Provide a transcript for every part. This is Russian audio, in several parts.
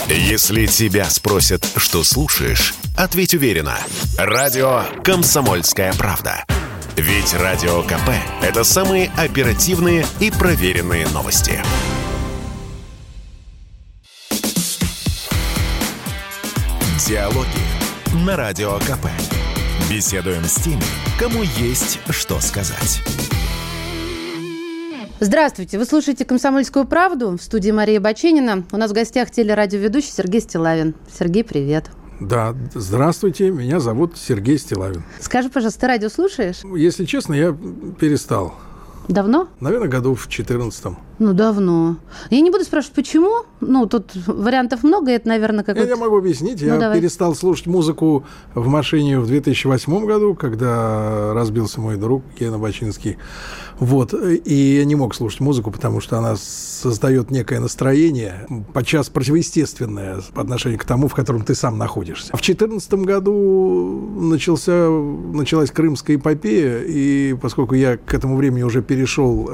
Если тебя спросят, что слушаешь, ответь уверенно. Радио «Комсомольская правда». Ведь Радио КП – это самые оперативные и проверенные новости. Диалоги на Радио КП. Беседуем с теми, кому есть что сказать. Здравствуйте, вы слушаете «Комсомольскую правду», в студии Мария Баченина. У нас в гостях телерадиоведущий Сергей Стиллавин. Сергей, привет. Да, здравствуйте, меня зовут Сергей Стиллавин. Скажи, пожалуйста, ты радио слушаешь? Если честно, я перестал. Давно? Наверное, году в 14-м. Ну, давно. Я не буду спрашивать, почему. Ну, тут вариантов много, это, наверное, как... Я могу объяснить. Я перестал слушать музыку в машине в 2008 году, когда разбился мой друг Гена Бачинский. Вот. И я не мог слушать музыку, потому что она создает некое настроение, подчас противоестественное по отношению к тому, в котором ты сам находишься. В 2014 году началась Крымская эпопея, и поскольку я к этому времени уже перешел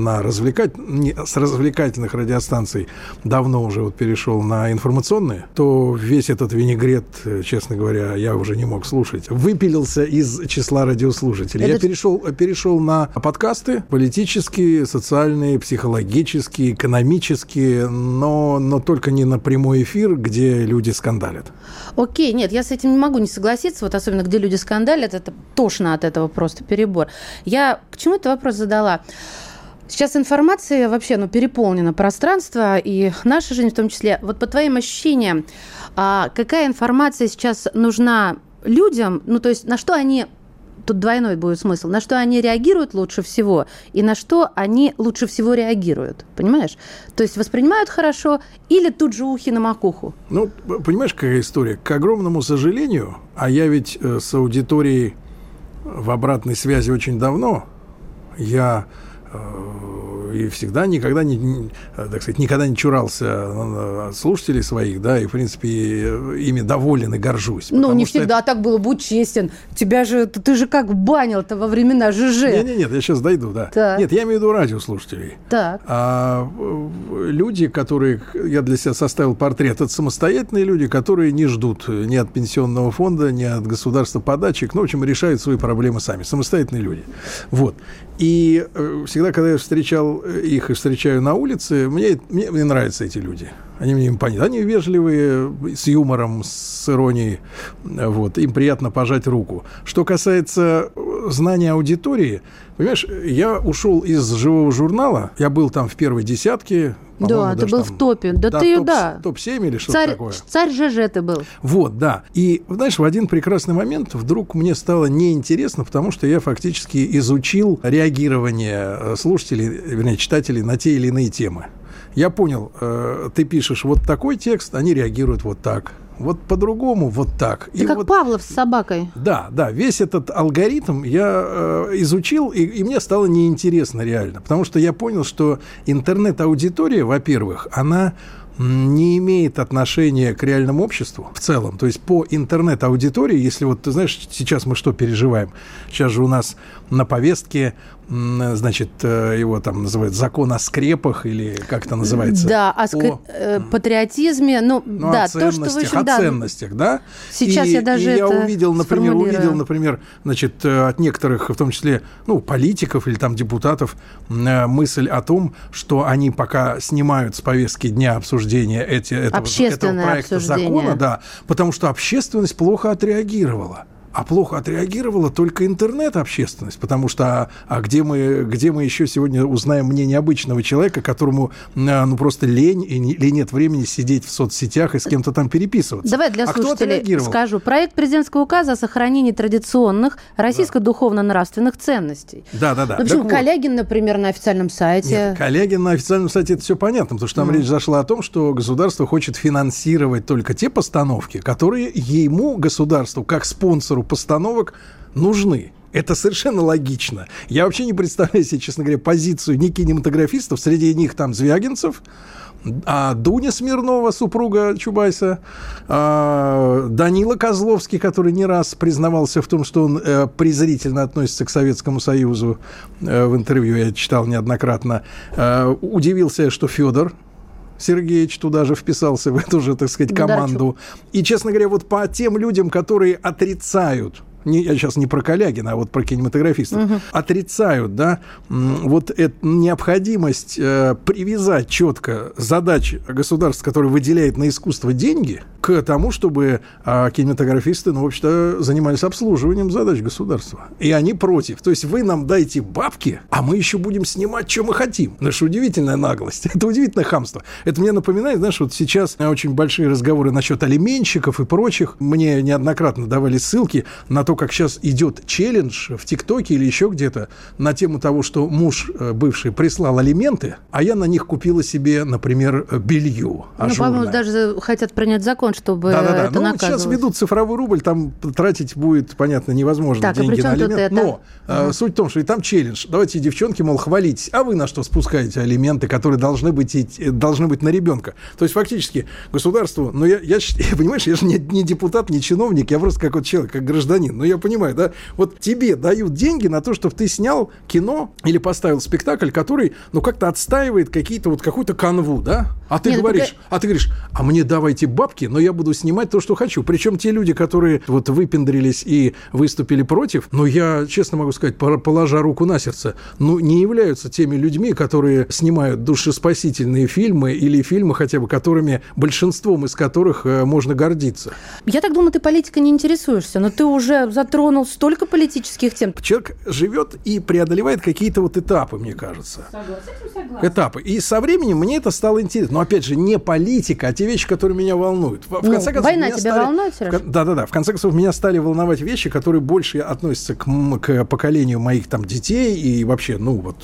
с развлекательных радиостанций, давно уже вот перешел на информационные, то весь этот винегрет, честно говоря, я уже не мог слушать. Выпилился из числа радиослушателей. Я перешел на подкасты политические, социальные, психологические, экономические, но только не на прямой эфир, где люди скандалят. Окей, нет, я с этим не могу не согласиться, вот особенно где люди скандалят, это тошно от этого, просто перебор. Я к чему этот вопрос задала? Сейчас информация вообще, переполнена пространство, и наша жизнь в том числе. Вот по твоим ощущениям, какая информация сейчас нужна людям, то есть на что они, тут двойной будет смысл, на что они реагируют лучше всего, и на что они лучше всего реагируют, понимаешь? То есть воспринимают хорошо или тут же ухи на макуху? Понимаешь, какая история? К огромному сожалению, а я ведь с аудиторией в обратной связи очень давно, я... и всегда никогда не чурался слушателей своих, да, и, в принципе, ими доволен и горжусь. Не всегда так было, будь честен. Ты же как банил-то во времена ЖЖ. Нет, я сейчас дойду, да. Так. Нет, я имею в виду радиослушателей. Так. Люди, которые, я для себя составил портрет, это самостоятельные люди, которые не ждут ни от пенсионного фонда, ни от государства подачек, в общем, решают свои проблемы сами. Самостоятельные люди. Вот. И всегда, когда я встречал их и встречаю на улице, мне нравятся эти люди. Они мне импонируют. Они вежливые, с юмором, с иронией. Вот. Им приятно пожать руку. Что касается знания аудитории, понимаешь, я ушел из «Живого журнала». Я был там в первой десятке. Да, ты был в топе. Топ-7 или что-то такое. Царь ЖЖ ты был. Вот, да. И, знаешь, в один прекрасный момент вдруг мне стало неинтересно, потому что я фактически изучил реагирование слушателей, вернее, читателей на те или иные темы. Я понял, ты пишешь вот такой текст, они реагируют вот так. Вот по-другому, вот так. Ты как Павлов с собакой. Да, весь этот алгоритм я изучил, и мне стало неинтересно реально. Потому что я понял, что интернет-аудитория, во-первых, она не имеет отношения к реальному обществу в целом. То есть по интернет-аудитории, если вот, ты знаешь, сейчас мы что переживаем? Сейчас же у нас на повестке, значит, его там называют закон о скрепах, или как это называется? Да, о патриотизме, о ценностях, да? Сейчас я даже это увидел, например, значит, от некоторых, в том числе, политиков или там депутатов, мысль о том, что они пока снимают с повестки дня обсуждения этого проекта закона, да, потому что общественность плохо отреагировала. А плохо отреагировала только интернет-общественность, потому что где мы еще сегодня узнаем мнение обычного человека, которому просто лень или нет времени сидеть в соцсетях и с кем-то там переписываться. Давай для слушателей скажу. Проект президентского указа о сохранении традиционных российско-духовно-нравственных ценностей. Да. Почему Калягин, например, на официальном сайте? Нет, Калягин на официальном сайте, это все понятно, потому что там речь зашла о том, что государство хочет финансировать только те постановки, которые ему, государству, как спонсору постановок, нужны. Это совершенно логично. Я вообще не представляю себе, честно говоря, позицию ни кинематографистов, среди них там Звягинцев, Дуня Смирнова, супруга Чубайса, Данила Козловский, который не раз признавался в том, что он презрительно относится к Советскому Союзу. В интервью я читал неоднократно. Удивился, что Федор Сергеевич туда же вписался в эту же, так сказать, команду. И, честно говоря, вот по тем людям, которые отрицают, я сейчас не про Калягина, а вот про кинематографистов, отрицают, да, вот эту необходимость привязать четко задач государства, которое выделяет на искусство деньги, к тому, чтобы кинематографисты, ну, в общем-то, занимались обслуживанием задач государства. И они против. То есть вы нам дайте бабки, а мы еще будем снимать, что мы хотим. Это же удивительная наглость. Это удивительное хамство. Это мне напоминает, знаешь, вот сейчас очень большие разговоры насчет алименщиков и прочих. Мне неоднократно давали ссылки на то, как сейчас идет челлендж в ТикТоке или еще где-то на тему того, что муж бывший прислал алименты, а я на них купила себе, например, белье ажурное. Ну, по-моему, даже хотят принять закон, чтобы это наказывалось. Сейчас ведут цифровой рубль, там тратить будет, понятно, невозможно так, деньги на алименты. Но суть в том, что и там челлендж. Давайте, девчонки, мол, хвалитесь. А вы на что спускаете алименты, которые должны быть на ребенка? То есть, фактически, государству... Ну, я понимаешь, я же не депутат, не чиновник, я просто как вот человек, как гражданин. Но я понимаю, да? Вот тебе дают деньги на то, чтобы ты снял кино или поставил спектакль, который, ну, как-то отстаивает какую-то канву, да? А ты говоришь, а мне давайте бабки, но я буду снимать то, что хочу. Причем те люди, которые вот выпендрились и выступили против, ну, я честно могу сказать, положа руку на сердце, ну, не являются теми людьми, которые снимают душеспасительные фильмы или фильмы хотя бы, большинством из которых можно гордиться. Я так думаю, ты политикой не интересуешься, но ты уже затронул столько политических тем. Человек живет и преодолевает какие-то вот этапы, мне кажется. Согласна. Этапы. И со временем мне это стало интересно. Но, опять же, не политика, а те вещи, которые меня волнуют. Война тебя волнует, Сереж? Да. В конце концов, меня стали волновать вещи, которые больше относятся к поколению моих там детей и вообще,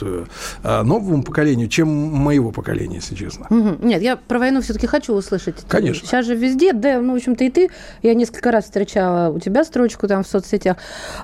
новому поколению, чем моего поколения, если честно. Нет, я про войну все-таки хочу услышать. Конечно. Сейчас же везде, да, в общем-то, и ты. Я несколько раз встречала у тебя строчку там в соцсетях.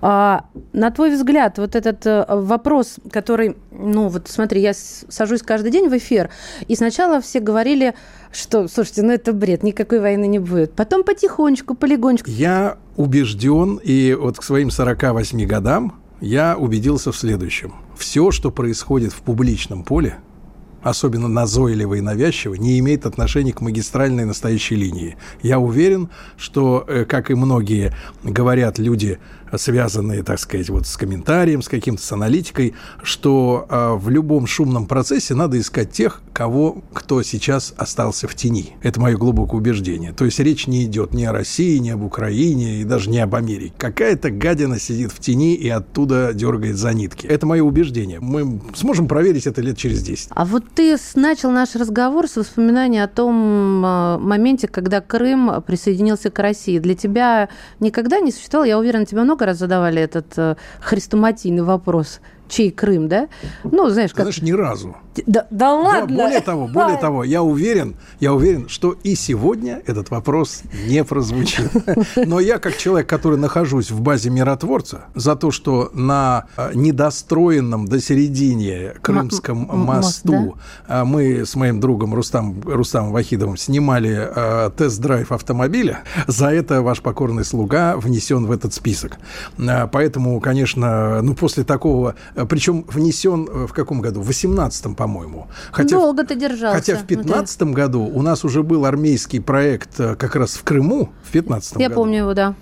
На твой взгляд, вот этот вопрос, который, смотри, я сажусь каждый день в эфир, и сначала все говорили, что, слушайте, это бред, никакой войны не будет. Потом потихонечку, полигонечку. Я убежден, и вот к своим 48 годам я убедился в следующем. Все, что происходит в публичном поле, особенно назойливо и навязчиво, не имеет отношения к магистральной настоящей линии. Я уверен, что, как и многие говорят люди, связанные, так сказать, вот с комментарием, с каким-то, с аналитикой, что в любом шумном процессе надо искать тех, кто сейчас остался в тени. Это мое глубокое убеждение. То есть речь не идет ни о России, ни об Украине и даже не об Америке. Какая-то гадина сидит в тени и оттуда дергает за нитки. Это мое убеждение. Мы сможем проверить это лет через 10. А вот ты начал наш разговор с воспоминания о том моменте, когда Крым присоединился к России. Для тебя никогда не существовало, я уверена, тебе много раз задавали этот хрестоматийный вопрос, чей Крым, да? Знаешь, ни разу. Да ладно. Более того, я уверен, что и сегодня этот вопрос не прозвучит. Но я, как человек, который нахожусь в базе миротворца, за то, что на недостроенном до середины Крымском мосту мы с моим другом Рустамом Вахидовым снимали тест-драйв автомобиля, за это ваш покорный слуга внесен в этот список. Поэтому, конечно, после такого... Причем внесен в каком году? В 18-м, по-моему. Долго ты держался. Хотя в 15-м году у нас уже был армейский проект как раз в Крыму, в 15-м году. Я помню его, да.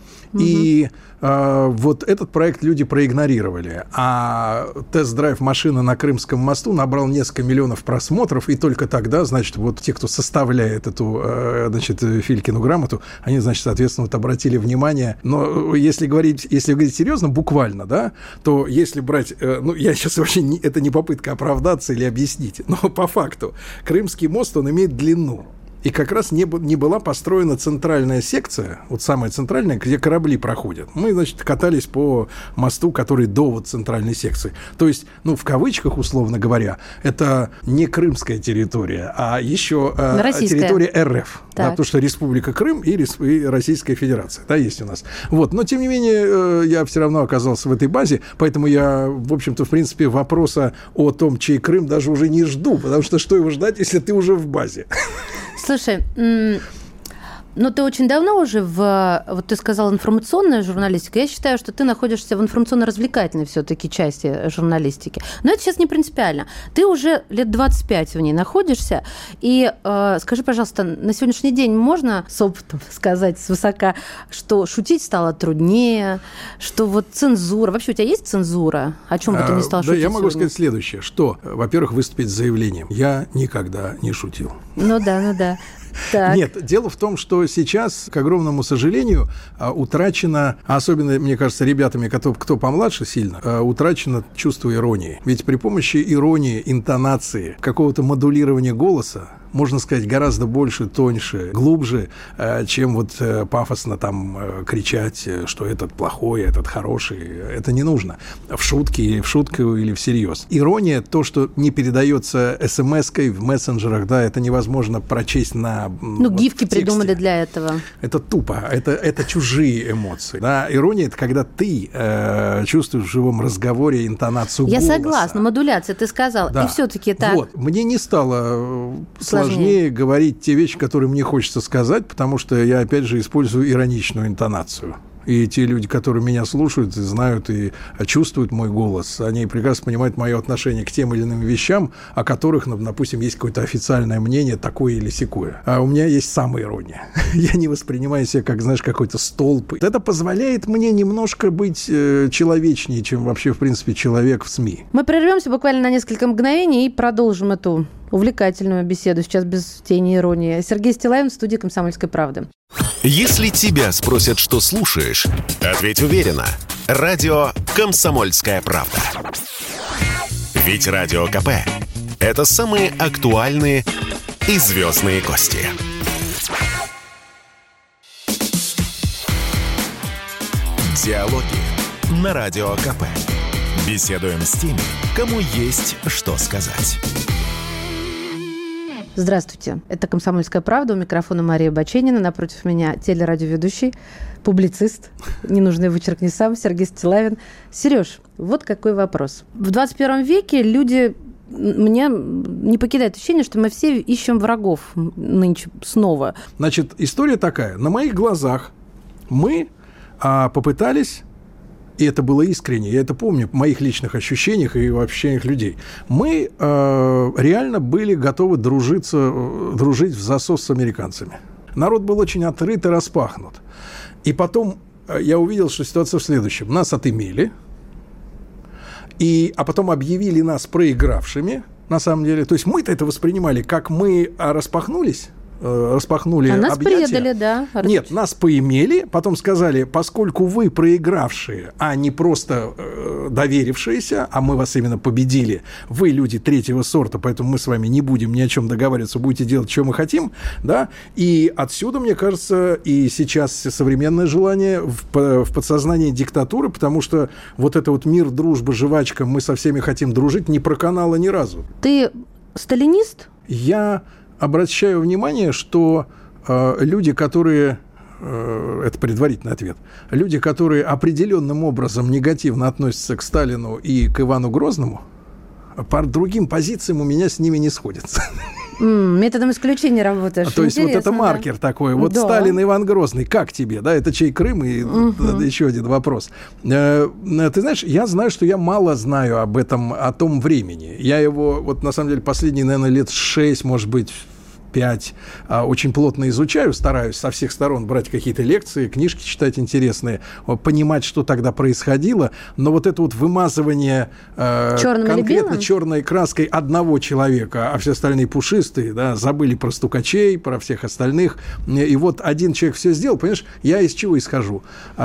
И вот этот проект люди проигнорировали. А тест-драйв машины на Крымском мосту набрал несколько миллионов просмотров, и только тогда, значит, вот те, кто составляет эту, Филькину грамоту, они, значит, соответственно, обратили внимание. Но если говорить серьезно, буквально, да, то если брать, я сейчас вообще, это не попытка оправдаться или объяснить, но по факту Крымский мост, он имеет длину. И как раз не была построена центральная секция, вот самая центральная, где корабли проходят. Мы, значит, катались по мосту, который до вот центральной секции. То есть, в кавычках, условно говоря, это не крымская территория, а еще территория РФ. Да, потому что Республика Крым и Российская Федерация, да, есть у нас. Вот. Но, тем не менее, я все равно оказался в этой базе, поэтому я, в общем-то, в принципе, вопроса о том, чей Крым, даже уже не жду, потому что его ждать, если ты уже в базе? Слушай, Но ты очень давно уже вот ты сказал, информационная журналистика. Я считаю, что ты находишься в информационно-развлекательной все-таки части журналистики. Но это сейчас не принципиально. Ты уже лет 25 в ней находишься. И скажи, пожалуйста, на сегодняшний день можно с опытом сказать свысока, что шутить стало труднее, что вот цензура... Вообще у тебя есть цензура? О чем бы ты ни стал шутить? Да, я могу сегодня сказать следующее, что, во-первых, выступить с заявлением. Я никогда не шутил. Ну да. Так. Нет, дело в том, что сейчас, к огромному сожалению, утрачено, особенно, мне кажется, ребятами, кто помладше сильно, утрачено чувство иронии. Ведь при помощи иронии, интонации, какого-то модулирования голоса, можно сказать, гораздо больше, тоньше, глубже, чем вот пафосно там кричать, что этот плохой, этот хороший. Это не нужно. В шутку или всерьез. Ирония, то, что не передается смс-кой в мессенджерах, да, это невозможно прочесть на гифки придумали для этого. Это тупо. Это чужие эмоции. Да? Ирония – это когда ты чувствуешь в живом разговоре интонацию голоса. Я согласна. Модуляция, ты сказал. Да. И все-таки так. Вот. Мне не стало сложнее говорить те вещи, которые мне хочется сказать, потому что я, опять же, использую ироничную интонацию. И те люди, которые меня слушают, и знают, и чувствуют мой голос, они прекрасно понимают мое отношение к тем или иным вещам, о которых, допустим, есть какое-то официальное мнение, такое или сякое. А у меня есть самоирония. Я не воспринимаю себя как, знаешь, какой-то столб. Это позволяет мне немножко быть человечнее, чем вообще, в принципе, человек в СМИ. Мы прервемся буквально на несколько мгновений и продолжим эту увлекательную беседу, сейчас без тени иронии. Сергей Стиллавин в студии «Комсомольской правды». Если тебя спросят, что слушаешь, ответь уверенно. Радио «Комсомольская правда». Ведь Радио КП – это самые актуальные и звездные гости. Диалоги на Радио КП. Беседуем с теми, кому есть что сказать. Здравствуйте. Это «Комсомольская правда». У микрофона Мария Баченина. Напротив меня телерадиоведущий, публицист, не нужно вычеркни сам, Сергей Стиллавин. Сереж, вот какой вопрос. В 21 веке люди... Мне не покидает ощущение, что мы все ищем врагов нынче снова. Значит, история такая. На моих глазах мы попытались... И это было искренне, я это помню, в моих личных ощущениях и в ощущениях людей. Мы реально были готовы дружить в засос с американцами. Народ был очень открыт и распахнут. И потом я увидел, что ситуация в следующем. Нас отымели, а потом объявили нас проигравшими, на самом деле. То есть мы-то это воспринимали, как мы распахнули нас объятия. Предали, да. Нет, нас поимели, потом сказали, поскольку вы проигравшие, а не просто доверившиеся, а мы вас именно победили, вы люди третьего сорта, поэтому мы с вами не будем ни о чем договариваться, будете делать, что мы хотим, да, и отсюда, мне кажется, и сейчас современное желание в подсознании диктатуры, потому что вот это вот мир, дружба, жвачка, мы со всеми хотим дружить, не проканало ни разу. Ты сталинист? Я обращаю внимание, что люди, которые... это предварительный ответ. Люди, которые определенным образом негативно относятся к Сталину и к Ивану Грозному, по другим позициям у меня с ними не сходятся. Методом исключения работаешь. То есть вот это маркер такой. Вот да. Сталин, Иван Грозный, как тебе? Да, это чей Крым? И еще один вопрос. Ты знаешь, я знаю, что я мало знаю о том времени. Я его, вот на самом деле, последние, наверное, лет 6, может быть, 5 очень плотно изучаю, стараюсь со всех сторон брать какие-то лекции, книжки читать интересные, понимать, что тогда происходило, но вот это вот вымазывание конкретно черной краской одного человека, а все остальные пушистые, да, забыли про стукачей, про всех остальных, и вот один человек все сделал, понимаешь, я из чего исхожу?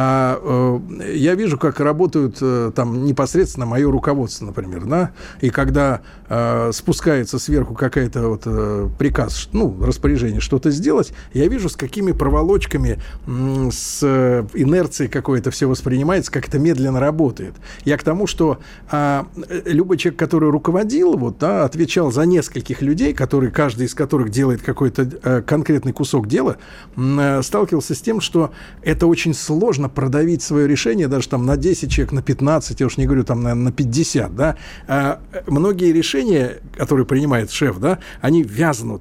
Я вижу, как работают там непосредственно мое руководство, например, да, и когда спускается сверху какая-то вот приказ, распоряжение что-то сделать, я вижу, с какими проволочками, с инерцией какой-то все воспринимается, как это медленно работает. Я к тому, что любой человек, который руководил, отвечал за нескольких людей, каждый из которых делает какой-то конкретный кусок дела, сталкивался с тем, что это очень сложно продавить свое решение даже там на 10 человек, на 15, я уж не говорю там на 50, да. Многие решения, которые принимает шеф, да, они вязнут. Вот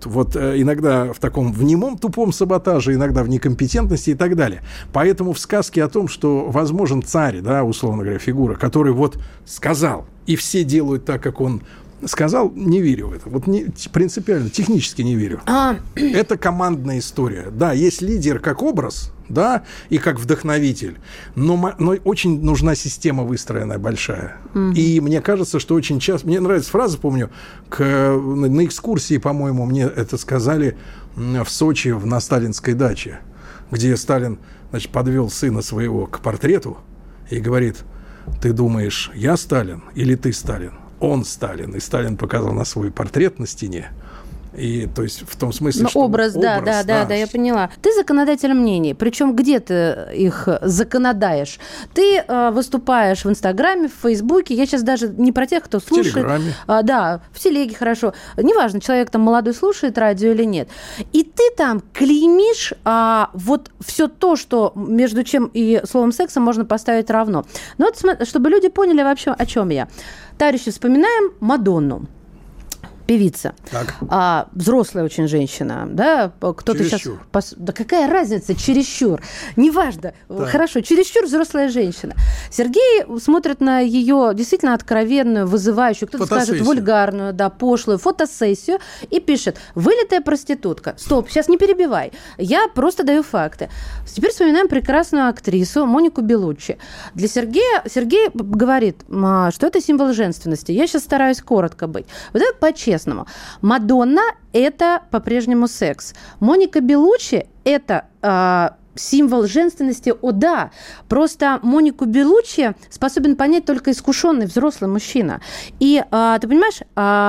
иногда в таком в немом тупом саботаже, иногда в некомпетентности и так далее. Поэтому в сказке о том, что возможен царь, да, условно говоря, фигура, который вот сказал, и все делают так, как он сказал, не верю в это. Вот принципиально, технически не верю. Это командная история. Да, есть лидер как образ, да, и как вдохновитель, но очень нужна система выстроенная большая. И мне кажется, что очень часто... Мне нравится фраза, помню, на экскурсии, по-моему, мне это сказали в Сочи, на сталинской даче, где Сталин, значит, подвел сына своего к портрету и говорит: ты думаешь, я Сталин или ты Сталин? Он Сталин. И Сталин показал на свой портрет на стене. И, то есть, в том смысле, что... Образ, да, я поняла. Ты законодатель мнений, причем где ты их законодаешь? Ты выступаешь в Инстаграме, в Фейсбуке, я сейчас даже не про тех, кто слушает. В Телеграме. Да, в Телеге, хорошо. Неважно, человек там молодой слушает радио или нет. И ты там клеймишь вот все то, что между чем и словом сексом можно поставить равно. Но вот, чтобы люди поняли вообще, о чем я. Товарищи, вспоминаем Мадонну. Певица. Взрослая очень женщина. Да? Кто-то чересчур. Сейчас... Да какая разница, чересчур? Неважно. Так. Хорошо, чересчур взрослая женщина. Сергей смотрит на ее действительно откровенную, вызывающую, кто-то скажет вульгарную, да, пошлую фотосессию и пишет: вылитая проститутка. Стоп, сейчас не перебивай. Я просто даю факты. Теперь вспоминаем прекрасную актрису Монику Беллуччи. Для Сергея Сергей говорит, что это символ женственности. Я сейчас стараюсь коротко быть. Вот это по-честному. Мадонна – это по-прежнему секс. Моника Беллуччи – это символ женственности, да. Просто Монику Беллуччи способен понять только искушенный взрослый мужчина. И ты понимаешь,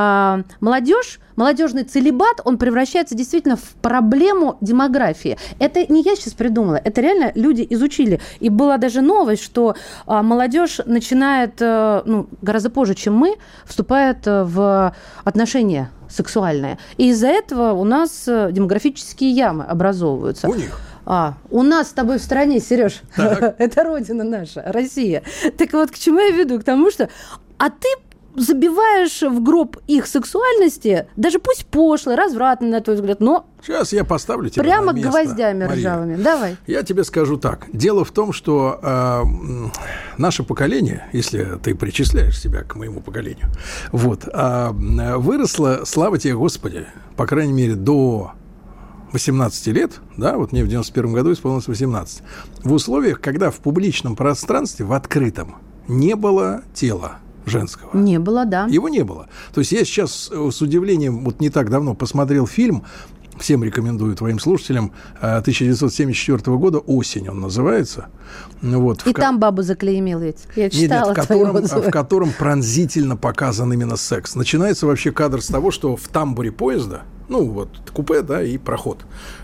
молодежный целибат, он превращается действительно в проблему демографии. Это не я сейчас придумала, это реально люди изучили. И была даже новость, что молодежь начинает, гораздо позже, чем мы, вступает в отношения сексуальные. И из-за этого у нас демографические ямы образовываются. У них. У нас с тобой в стране, Сереж, это родина наша, Россия. Так вот, к чему я веду? К тому, что... ты забиваешь в гроб их сексуальности, даже пусть пошлой, развратной, на твой взгляд, но... Сейчас я поставлю тебя прямо на место, гвоздями Мария. Ржавыми. Давай. Я тебе скажу так. Дело в том, что наше поколение, если ты причисляешь себя к моему поколению, выросло, слава тебе, Господи, по крайней мере, до 18 лет, да, вот мне в 91 году исполнилось 18, в условиях, когда в публичном пространстве, в открытом, не было тела женского. Не было, да. Его не было. То есть я сейчас с удивлением, вот не так давно посмотрел фильм, всем рекомендую твоим слушателям, 1974 года «Осень» он называется. И там бабу заклеймил ведь. Я читала в котором пронзительно показан именно секс. Начинается вообще кадр с того, что в тамбуре поезда, купе, да, и проход.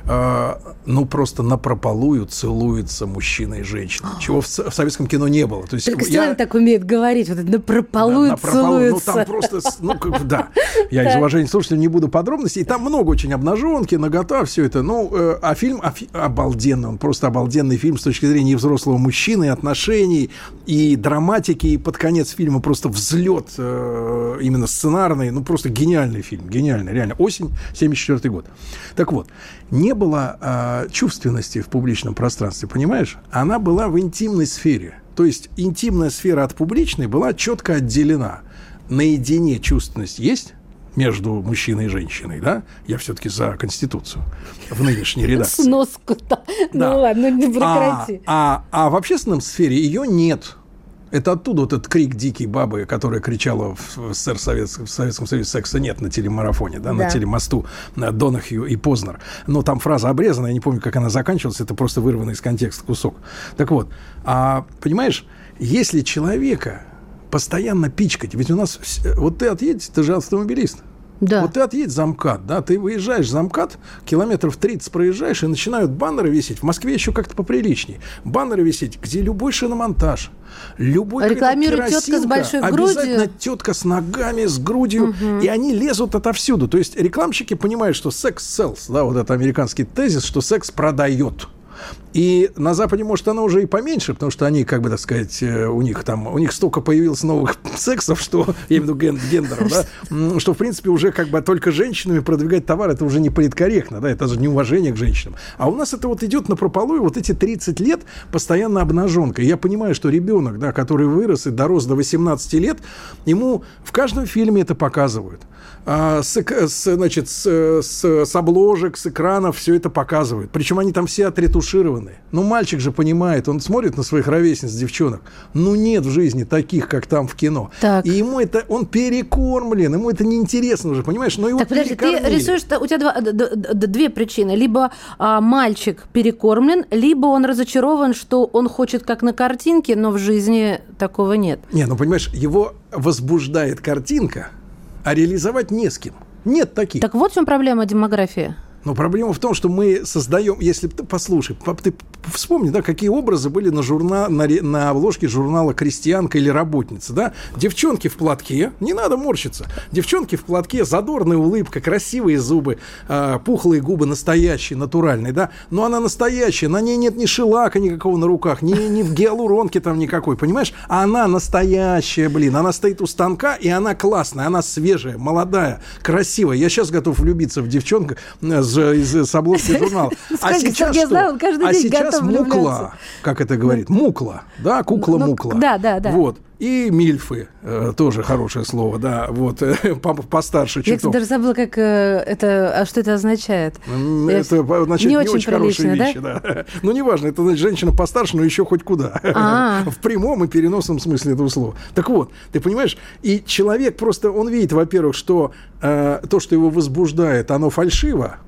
Просто напропалую целуются мужчина и женщина. Чего в советском кино не было. То есть только Сталин так умеет говорить. Вот это напропалую целуются. Там просто, да. Я из уважения слушателей не буду подробностей. И там много очень обнаженки, нагота, все это. А фильм обалденный. Он просто обалденный фильм с точки зрения и взрослого мужчины, и отношений, и драматики. И под конец фильма просто взлет именно сценарный. Просто гениальный фильм. Гениальный, реально. «Осень», 1974 год. Так вот, не было чувственности в публичном пространстве, понимаешь? Она была в интимной сфере. То есть интимная сфера от публичной была четко отделена. Наедине чувственность есть между мужчиной и женщиной, да? Я все-таки за Конституцию в нынешней редакции. Сноску-то. Да. Ну ладно, не прекрати. А в общественном сфере ее нет. Это оттуда вот этот крик дикой бабы, которая кричала в Советском Союзе: секса нет на телемарафоне, да, на телемосту Донахью и Познер. Но там фраза обрезана, я не помню, как она заканчивалась, это просто вырванный из контекста кусок. Так вот, понимаешь, если человека постоянно пичкать, ведь у нас, вот ты отъедешь, ты же автомобилист. Да. Вот ты отъедешь за МКАД, да, ты выезжаешь за МКАД, километров 30 проезжаешь, и начинают баннеры висеть. В Москве еще как-то поприличнее. Баннеры висеть, где любой шиномонтаж, любой рекламирует тетка с большой грудью. Обязательно тетка с ногами, с грудью. И они лезут отовсюду. То есть рекламщики понимают, что секс sells, да, вот это американский тезис, что секс продает. И на Западе, может, она уже и поменьше, потому что они, как бы, так сказать, у них столько появилось новых сексов, что, я имею в виду гендеров, да, что, в принципе, уже как бы только женщинами продвигать товар, это уже не политкорректно, да, это же неуважение к женщинам. А у нас это вот идет напропалую, вот эти 30 лет постоянно обнаженка. И я понимаю, что ребенок, да, который вырос и дорос до 18 лет, ему в каждом фильме это показывают. Значит, с обложек, с экранов все это показывают. Причем они там все отретушированы. Ну, мальчик же понимает, он смотрит на своих ровесниц, девчонок. Ну, нет в жизни таких, как там в кино. Так. И ему это, он перекормлен, ему это неинтересно уже, понимаешь? Но его так, подожди, ты рисуешь, у тебя две причины. Либо мальчик перекормлен, либо он разочарован, что он хочет как на картинке, но в жизни такого нет. Не, ну, понимаешь, его возбуждает картинка, а реализовать не с кем. Нет таких. Так вот в чем проблема демографии. Но проблема в том, что мы создаем, если ты послушай, ты вспомни, да, какие образы были на обложке журнала «Крестьянка» или «Работница», да? Девчонки в платке, не надо морщиться, девчонки в платке, задорная улыбка, красивые зубы, пухлые губы, настоящие, натуральные, да? Но она настоящая, на ней нет ни шелака никакого на руках, ни в гиалуронке там никакой, понимаешь? А она настоящая, блин, она стоит у станка, и она классная, она свежая, молодая, красивая. Я сейчас готов влюбиться в девчонку из обложки журнала. А сейчас что? А сейчас мукла, как это говорит, мукла, да, кукла-мукла. Да. Вот. И мильфы, тоже хорошее слово, да, вот, постарше чуток. Я, кстати, даже забыла, как это, что это означает. Это означает не очень хорошие вещи, да? Ну, неважно, это значит женщина постарше, но еще хоть куда. В прямом и переносном смысле этого слова. Так вот, ты понимаешь, и человек просто, он видит, во-первых, что то, что его возбуждает, оно фальшиво.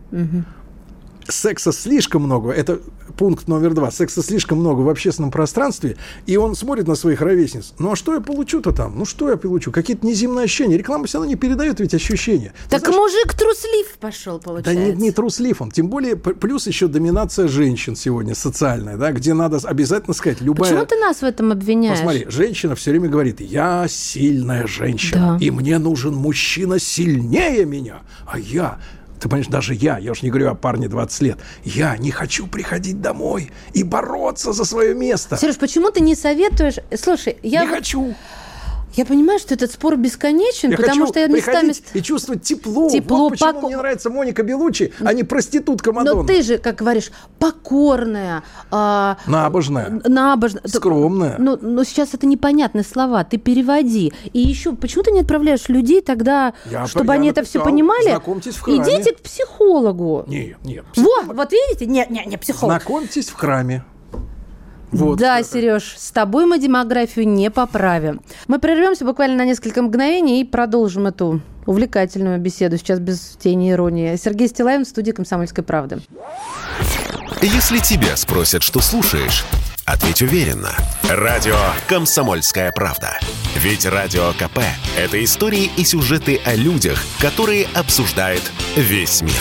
Секса слишком много, это пункт номер 2, секса слишком много в общественном пространстве, и он смотрит на своих ровесниц. Ну, а что я получу-то там? Ну, что я получу? Какие-то неземные ощущения. Реклама все равно не передает ведь ощущения. Так знаешь, мужик труслив пошел, получается. Да не труслив он. Тем более, плюс еще доминация женщин сегодня социальная, да, где надо обязательно сказать, любая... Почему ты нас в этом обвиняешь? Посмотри, женщина все время говорит, я сильная женщина, да, и мне нужен мужчина сильнее меня, а я... Ты понимаешь, даже я уж не говорю о парне 20 лет, я не хочу приходить домой и бороться за свое место. Сереж, почему ты не советуешь... Слушай, я... Не хочу. Я понимаю, что этот спор бесконечен, потому что я местами... и чувствовать тепло. Вот почему мне нравится Моника Беллуччи, а не проститутка Мадонна. Но ты же, как говоришь, покорная. Набожная. Скромная. Но сейчас это непонятные слова. Ты переводи. И еще, почему ты не отправляешь людей тогда, чтобы они это все понимали? Знакомьтесь в храме. Идите к психологу. Нет. Вот видите? Не психолог. Знакомьтесь в храме. Вот. Да, Сереж, с тобой мы демографию не поправим. Мы прервемся буквально на несколько мгновений и продолжим эту увлекательную беседу. Сейчас без тени иронии. Сергей Стиллавин в студии «Комсомольской правды». Если тебя спросят, что слушаешь, ответь уверенно. Радио «Комсомольская правда». Ведь Радио КП – это истории и сюжеты о людях, которые обсуждает весь мир.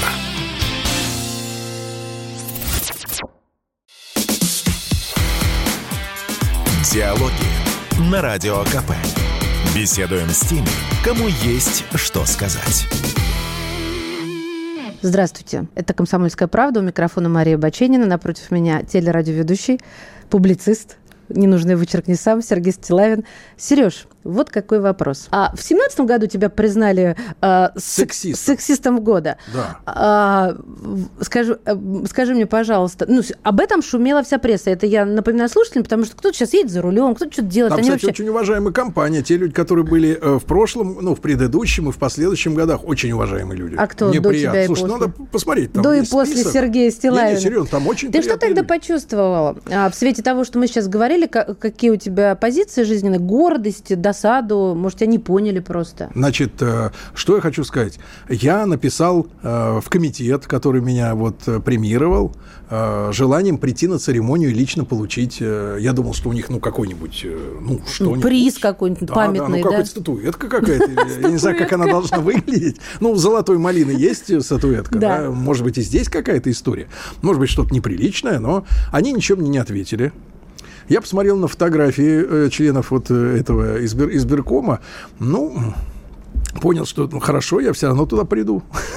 Диалоги на Радио КП. Беседуем с теми, кому есть что сказать. Здравствуйте. Это «Комсомольская правда». У микрофона Мария Баченина. Напротив меня телерадиоведущий, публицист, ненужный вычеркни сам, Сергей Стиллавин. Сереж, вот какой вопрос. В 2017 году тебя признали сексистом года. Да. Скажи мне, пожалуйста, об этом шумела вся пресса. Это я напоминаю слушателям, потому что кто-то сейчас едет за рулем, кто-то что-то делает. Там, кстати, очень уважаемая компания. Те люди, которые были в прошлом, в предыдущем и в последующем годах, очень уважаемые люди. А кто мне до приятно. тебя и Слушай, после? Надо посмотреть. Там до и после список. Сергея Стиллавина. Не, серьезно, там очень Ты что тогда почувствовала? В свете того, что мы сейчас говорили, какие у тебя позиции жизненные, гордость, досаду, может, тебя не поняли просто? Значит, что я хочу сказать. Я написал в комитет, который меня премировал, желанием прийти на церемонию и лично получить. Я думал, что у них какой-нибудь, что-нибудь. Приз какой-нибудь памятный, да? Какая-то статуэтка какая-то. Я не знаю, как она должна выглядеть. Золотой малины есть статуэтка, да? Может быть, и здесь какая-то история. Может быть, что-то неприличное, но они ничего мне не ответили. Я посмотрел на фотографии членов этого избиркома. Понял, что хорошо, я все равно туда приду.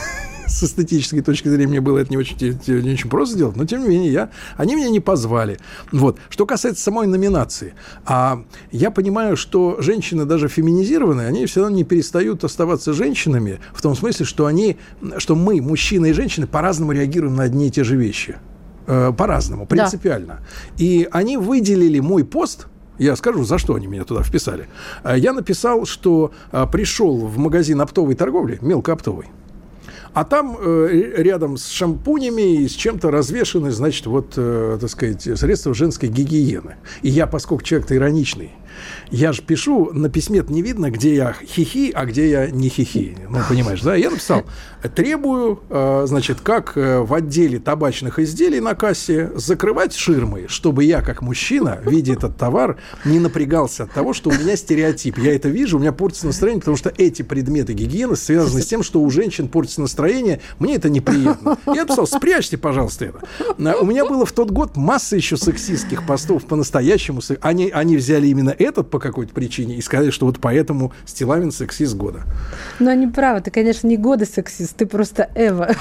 с эстетической точки зрения мне было это не очень просто сделать, но тем не менее они меня не позвали. Вот. Что касается самой номинации, я понимаю, что женщины даже феминизированные, они все равно не перестают оставаться женщинами в том смысле, что мы, мужчины и женщины, по-разному реагируем на одни и те же вещи. По-разному, принципиально. Да. И они выделили мой пост. Я скажу, за что они меня туда вписали. Я написал, что пришел в магазин оптовой торговли, мелкооптовой, а там рядом с шампунями и с чем-то развешаны, значит, так сказать, средства женской гигиены. И я, поскольку человек-то ироничный, я же пишу, на письме-то не видно, где я хихи, а где я не хихи. Ну, понимаешь, да? Я написал, требую, значит, как в отделе табачных изделий на кассе закрывать ширмой, чтобы я, как мужчина, видя этот товар, не напрягался от того, что у меня стереотип. Я это вижу, у меня портится настроение, потому что эти предметы гигиены связаны с тем, что у женщин портится настроение. Мне это неприятно. Я написал, спрячьте, пожалуйста, это. У меня было в тот год масса еще сексистских постов по-настоящему. Они взяли именно этот по какой-то причине и сказали, что вот поэтому Стилавин сексист года. Но они правы. Ты, конечно, не года сексист, ты просто Эва.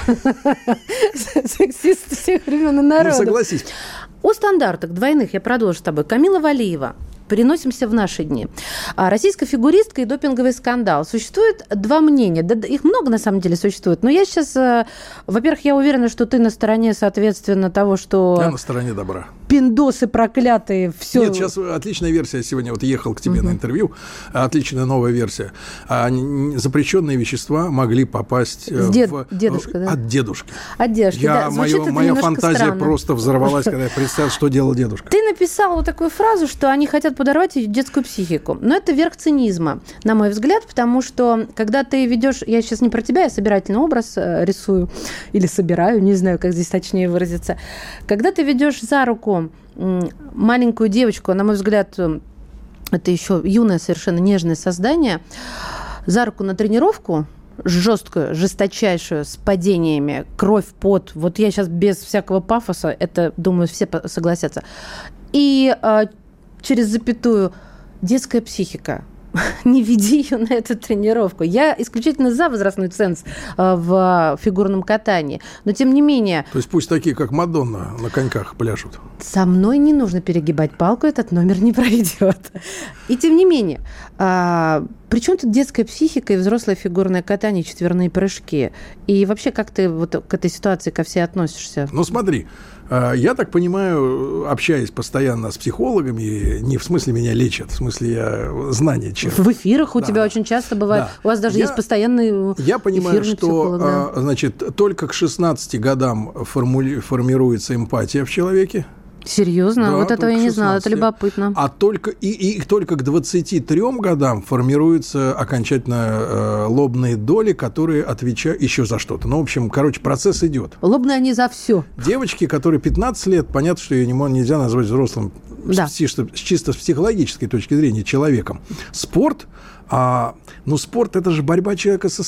Сексист всех времен и народов. Ну, согласись. О стандартах двойных я продолжу с тобой. Камила Валиева. Переносимся в наши дни. Российская фигуристка и допинговый скандал. Существует два мнения. Да, их много, на самом деле, существует. Но я сейчас... Во-первых, я уверена, что ты на стороне, соответственно, того, что... Я на стороне добра. Пиндосы проклятые, все... Нет, сейчас отличная версия. Я сегодня ехал к тебе на интервью. Отличная новая версия. Запрещенные вещества могли попасть дедушка, да? От дедушки. От дедушки, да. Моя фантазия странно. Просто взорвалась, когда я представил, что делал дедушка. Ты написал вот такую фразу, что они хотят подорвать детскую психику. Но это верх цинизма, на мой взгляд, потому что, когда ты ведешь... Я сейчас не про тебя, я собирательный образ рисую или собираю, не знаю, как здесь точнее выразиться. Когда ты ведешь за руку маленькую девочку, на мой взгляд, это еще юное, совершенно нежное создание, за руку на тренировку, жесткую, жесточайшую, с падениями, кровь, пот. Вот я сейчас без всякого пафоса, это, думаю, все согласятся. И через запятую детская психика. Не веди ее на эту тренировку. Я исключительно за возрастной ценз в фигурном катании. Но, тем не менее... То есть пусть такие, как Мадонна, на коньках пляшут. Со мной не нужно перегибать палку, этот номер не пройдет. И, тем не менее, при чем тут детская психика и взрослое фигурное катание, четверные прыжки? И вообще, как ты вот к этой ситуации ко всей относишься? Ну, смотри. Я так понимаю, общаясь постоянно с психологами, не в смысле меня лечат, в смысле я знания черпаю. В эфирах у тебя очень часто бывает. Да. У вас даже есть постоянный Я понимаю, что психолог, да. Значит, только к 16 годам формируется эмпатия в человеке. Серьезно? Да, вот этого я не знала, это любопытно. А только к 23 годам формируются окончательно лобные доли, которые отвечают еще за что-то. Ну, в общем, процесс идет. Лобные они за все. Девочки, которые 15 лет, понятно, что ее нельзя назвать взрослым, да. чисто с психологической точки зрения, человеком. Спорт... спорт – это же борьба человека с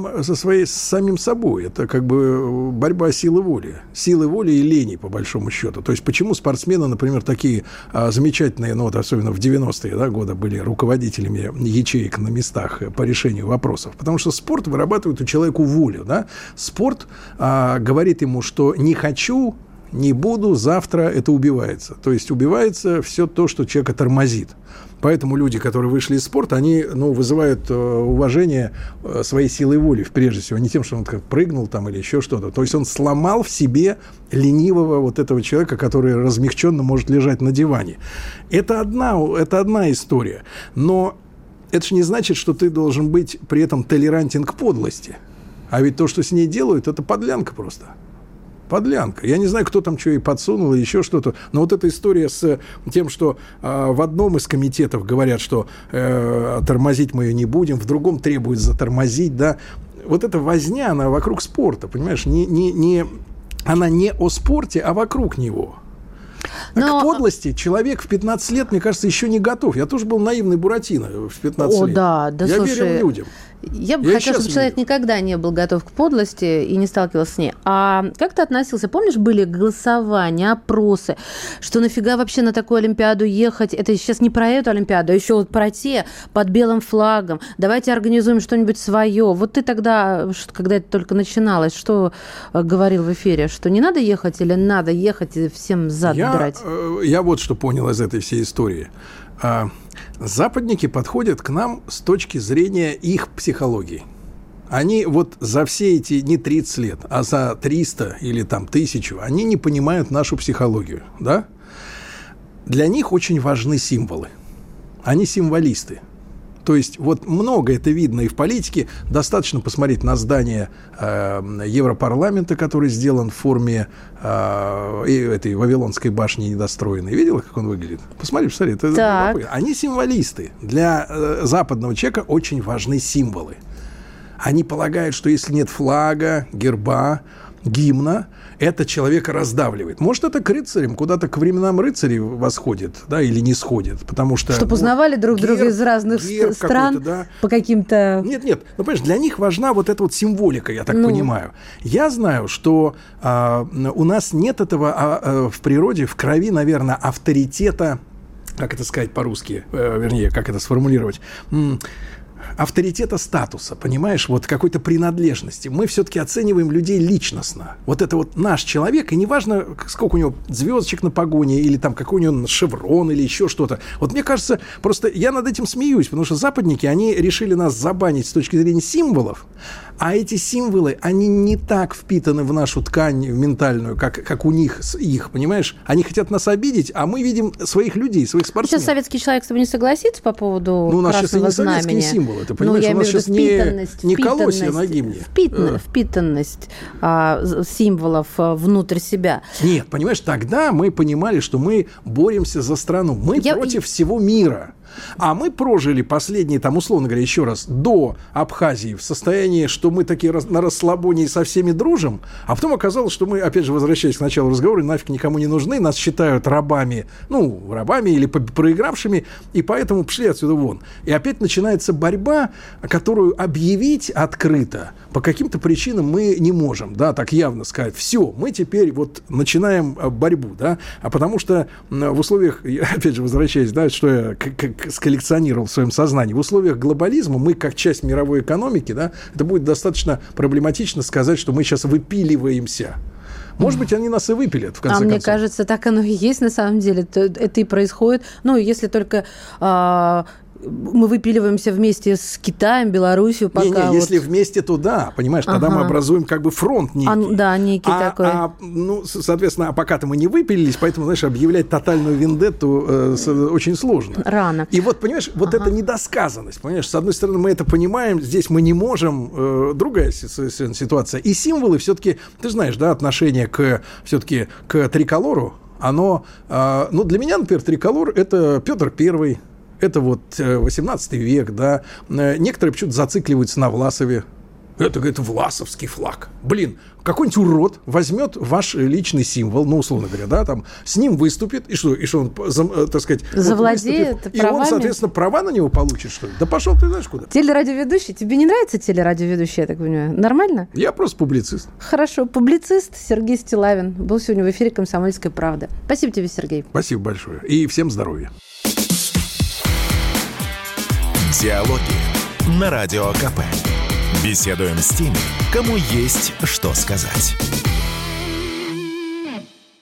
самим собой. Это как бы борьба силы воли и лени, по большому счету. То есть почему спортсмены, например, такие замечательные, особенно в 90-е годы, были руководителями ячеек на местах по решению вопросов? Потому что спорт вырабатывает у человека волю. Да? Спорт говорит ему, что не хочу, не буду, завтра это убивается. То есть убивается все то, что человека тормозит. Поэтому люди, которые вышли из спорта, они вызывают уважение своей силой воли, прежде всего. Не тем, что он прыгнул там или еще что-то. То есть он сломал в себе ленивого вот этого человека, который размягченно может лежать на диване. Это одна история. Но это же не значит, что ты должен быть при этом толерантен к подлости. А ведь то, что с ней делают, это подлянка просто. Подлянка. Я не знаю, кто там что ей подсунул или еще что-то. Но вот эта история с тем, что в одном из комитетов говорят, что тормозить мы ее не будем, в другом требуют затормозить, да. Вот эта возня, она вокруг спорта, понимаешь? Она не о спорте, а вокруг него. Но... К подлости человек в 15 лет, мне кажется, еще не готов. Я тоже был наивный Буратино в 15 лет. Да, я слушай, верил людям. Я бы хотела, чтобы человек никогда не был готов к подлости и не сталкивался с ней. А как ты относился? Помнишь, были голосования, опросы, что нафига вообще на такую Олимпиаду ехать? Это сейчас не про эту Олимпиаду, а еще вот про те под белым флагом. Давайте организуем что-нибудь свое. Вот ты тогда, когда это только начиналось, что говорил в эфире? Что не надо ехать или надо ехать и всем зад драть? Я вот что понял из этой всей истории. Западники подходят к нам с точки зрения их психологии. Они вот за все эти не 30 лет, а за 300 или там 1000, они не понимают нашу психологию, да? Для них очень важны символы. Они символисты. То есть вот много это видно и в политике. Достаточно посмотреть на здание Европарламента, который сделан в форме этой Вавилонской башни недостроенной. Видела, как он выглядит? Посмотри. Это они символисты. Для западного человека очень важны символы. Они полагают, что если нет флага, герба, гимна, это человека раздавливает. Может, это к рыцарям, куда-то к временам рыцарей восходит, да, или не сходит, потому что... Чтобы узнавали друг друга из разных стран, да, по каким-то... Нет, ну, понимаешь, для них важна вот эта вот символика, я так понимаю. Я знаю, что у нас нет этого в природе, в крови, наверное, авторитета, как это сказать по-русски, вернее, как это сформулировать... авторитета статуса, понимаешь, вот какой-то принадлежности. Мы все-таки оцениваем людей личностно. Вот это вот наш человек, и неважно, сколько у него звездочек на погоне, или там какой у него шеврон, или еще что-то. Вот мне кажется, просто я над этим смеюсь, потому что западники, они решили нас забанить с точки зрения символов, а эти символы, они не так впитаны в нашу ткань ментальную, как у них, их, понимаешь? Они хотят нас обидеть, а мы видим своих людей, своих спортсменов. Сейчас советский человек с тобой не согласится по поводу красного знамени? Ну, у нас сейчас и не советские символы, ты понимаешь? У нас сейчас не колосья на гимне. Впитанность символов внутрь себя. Нет, понимаешь, тогда мы понимали, что мы боремся за страну. Мы против всего мира. А мы прожили последние, там, условно говоря, еще раз, до Абхазии в состоянии, что мы такие на расслабоне и со всеми дружим, а потом оказалось, что мы, опять же, возвращаясь к началу разговора, нафиг никому не нужны, нас считают рабами или проигравшими, и поэтому пошли отсюда вон. И опять начинается борьба, которую объявить открыто по каким-то причинам мы не можем, да, так явно сказать. Все, мы теперь вот начинаем борьбу, да, а потому что в условиях, опять же, возвращаясь, да, что я сколлекционировал в своем сознании, в условиях глобализма мы, как часть мировой экономики, да, это будет достаточно проблематично сказать, что мы сейчас выпиливаемся. Может быть, они нас и выпилят, в конце концов. Мне кажется, так оно и есть на самом деле. Это и происходит. Ну, если только... мы выпиливаемся вместе с Китаем, Белоруссией, пока... если вместе, то да, понимаешь, тогда мы образуем как бы фронт некий. Некий такой. Соответственно, пока-то мы не выпилились, поэтому, знаешь, объявлять тотальную вендетту очень сложно. Рано. И вот, понимаешь, вот эта недосказанность, понимаешь, с одной стороны, мы это понимаем, здесь мы не можем, другая ситуация. И символы все-таки, ты знаешь, да, отношение к триколору, оно, для меня, например, триколор – это Петр I. Это вот 18 век, да. Некоторые почему-то зацикливаются на Власове. Это, говорит, власовский флаг. Блин, какой-нибудь урод возьмет ваш личный символ, условно говоря, да, там, с ним выступит, и что он, так сказать... Завладеет правами. И он, соответственно, права на него получит, что ли? Да пошел ты знаешь куда. Телерадиоведущий. Тебе не нравится телерадиоведущий, я так понимаю? Нормально? Я просто публицист. Хорошо. Публицист Сергей Стиллавин был сегодня в эфире «Комсомольской правды». Спасибо тебе, Сергей. Спасибо большое. И всем здоровья. Диалоги на Радио КП. Беседуем с теми, кому есть что сказать.